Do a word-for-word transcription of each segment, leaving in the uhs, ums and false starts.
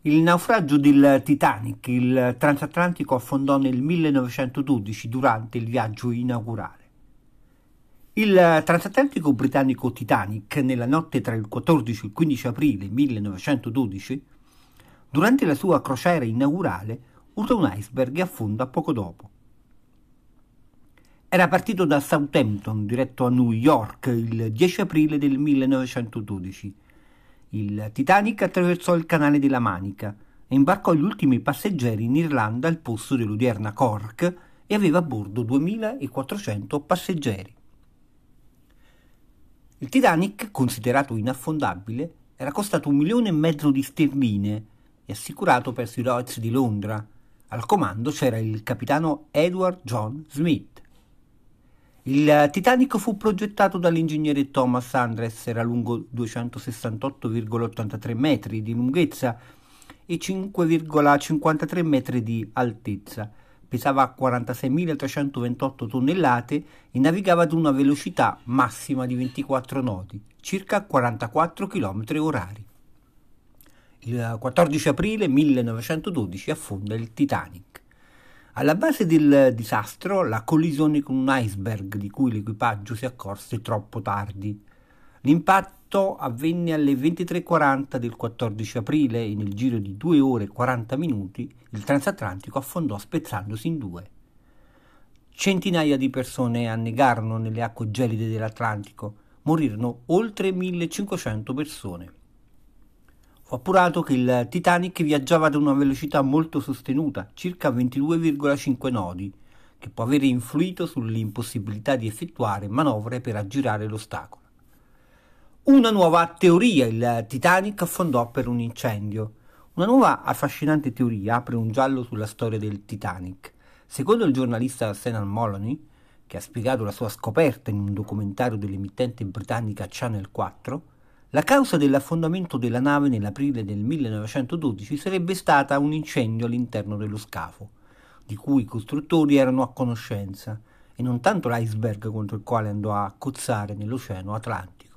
Il naufragio del Titanic, il transatlantico affondò nel millenovecentododici durante il viaggio inaugurale. Il transatlantico britannico Titanic, nella notte tra il quattordici e il quindici aprile millenovecentododici, durante la sua crociera inaugurale, urta un iceberg e affonda poco dopo. Era partito da Southampton, diretto a New York, il dieci aprile del millenovecentododici. Il Titanic attraversò il canale della Manica e imbarcò gli ultimi passeggeri in Irlanda al posto dell'odierna Cork e aveva a bordo duemilaquattrocento passeggeri. Il Titanic, considerato inaffondabile, era costato un milione e mezzo di sterline e assicurato presso i Lloyd's di Londra. Al comando c'era il capitano Edward John Smith. Il Titanic fu progettato dall'ingegnere Thomas Andres, era lungo duecentosessantotto virgola ottantatré metri di lunghezza e cinque virgola cinquantatré metri di altezza, pesava quarantaseimilatrecentoventotto tonnellate e navigava ad una velocità massima di ventiquattro nodi, circa quarantaquattro chilometri orari. Il quattordici aprile millenovecentododici affonda il Titanic. Alla base del disastro la collisione con un iceberg di cui l'equipaggio si accorse troppo tardi. L'impatto avvenne alle ventitré e quaranta del quattordici aprile e nel giro di due ore e quaranta minuti il transatlantico affondò spezzandosi in due. Centinaia di persone annegarono nelle acque gelide dell'Atlantico, morirono oltre millecinquecento persone. Fu appurato che il Titanic viaggiava ad una velocità molto sostenuta, circa ventidue virgola cinque nodi, che può avere influito sull'impossibilità di effettuare manovre per aggirare l'ostacolo. Una nuova teoria: il Titanic affondò per un incendio. Una nuova affascinante teoria apre un giallo sulla storia del Titanic. Secondo il giornalista Senan Moloney, che ha spiegato la sua scoperta in un documentario dell'emittente britannica Channel quattro, la causa dell'affondamento della nave nell'aprile del millenovecentododici sarebbe stata un incendio all'interno dello scafo, di cui i costruttori erano a conoscenza, e non tanto l'iceberg contro il quale andò a cozzare nell'Oceano Atlantico.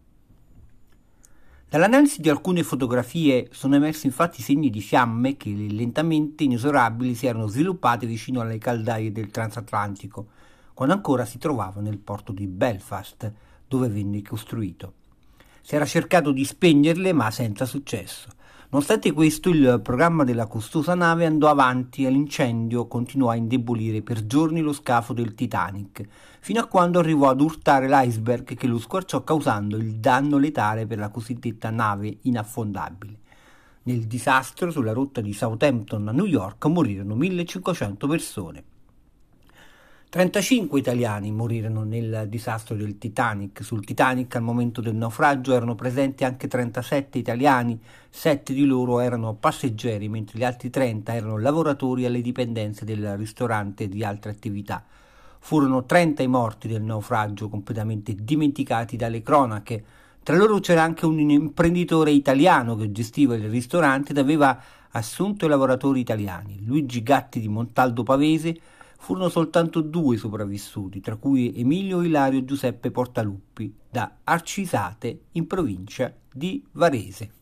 Dall'analisi di alcune fotografie sono emersi infatti segni di fiamme che lentamente inesorabili si erano sviluppate vicino alle caldaie del transatlantico, quando ancora si trovava nel porto di Belfast, dove venne costruito. Si era cercato di spegnerle, ma senza successo. Nonostante questo, il programma della costosa nave andò avanti e l'incendio continuò a indebolire per giorni lo scafo del Titanic, fino a quando arrivò ad urtare l'iceberg che lo squarciò, causando il danno letale per la cosiddetta nave inaffondabile. Nel disastro, sulla rotta di Southampton a New York, morirono millecinquecento persone. trentacinque italiani morirono nel disastro del Titanic. Sul Titanic al momento del naufragio erano presenti anche trentasette italiani, sette di loro erano passeggeri, mentre gli altri trenta erano lavoratori alle dipendenze del ristorante e di altre attività. Furono trenta i morti del naufragio, completamente dimenticati dalle cronache. Tra loro c'era anche un imprenditore italiano che gestiva il ristorante ed aveva assunto i lavoratori italiani. Luigi Gatti di Montaldo Pavese. Furono soltanto due sopravvissuti, tra cui Emilio Ilario Giuseppe Portaluppi, da Arcisate, in provincia di Varese.